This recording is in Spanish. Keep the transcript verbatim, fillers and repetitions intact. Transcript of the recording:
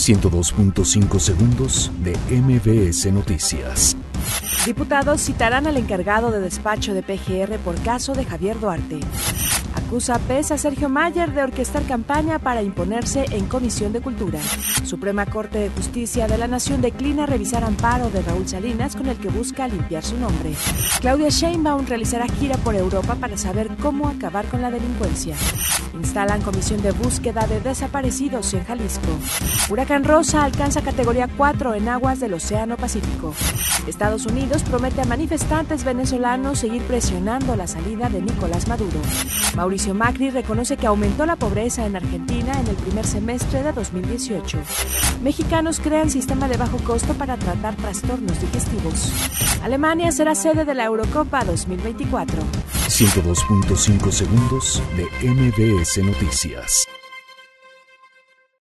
ciento dos punto cinco segundos de M B S Noticias. Diputados citarán al encargado de despacho de P G R por caso de Javier Duarte. Acusa P E S a Sergio Mayer de orquestar campaña para imponerse en Comisión de Cultura. Suprema Corte de Justicia de la Nación declina revisar amparo de Raúl Salinas con el que busca limpiar su nombre. Claudia Sheinbaum realizará gira por Europa para saber cómo acabar con la delincuencia. Instalan comisión de búsqueda de desaparecidos en Jalisco. Huracán Rosa alcanza categoría cuatro en aguas del Océano Pacífico. Estados Unidos promete a manifestantes venezolanos seguir presionando la salida de Nicolás Maduro. Mauricio Macri reconoce que aumentó la pobreza en Argentina en el primer semestre de dos mil dieciocho. Mexicanos crean sistema de bajo costo para tratar trastornos digestivos. Alemania será sede de la Eurocopa dos mil veinticuatro. ciento dos punto cinco segundos de M B S Noticias.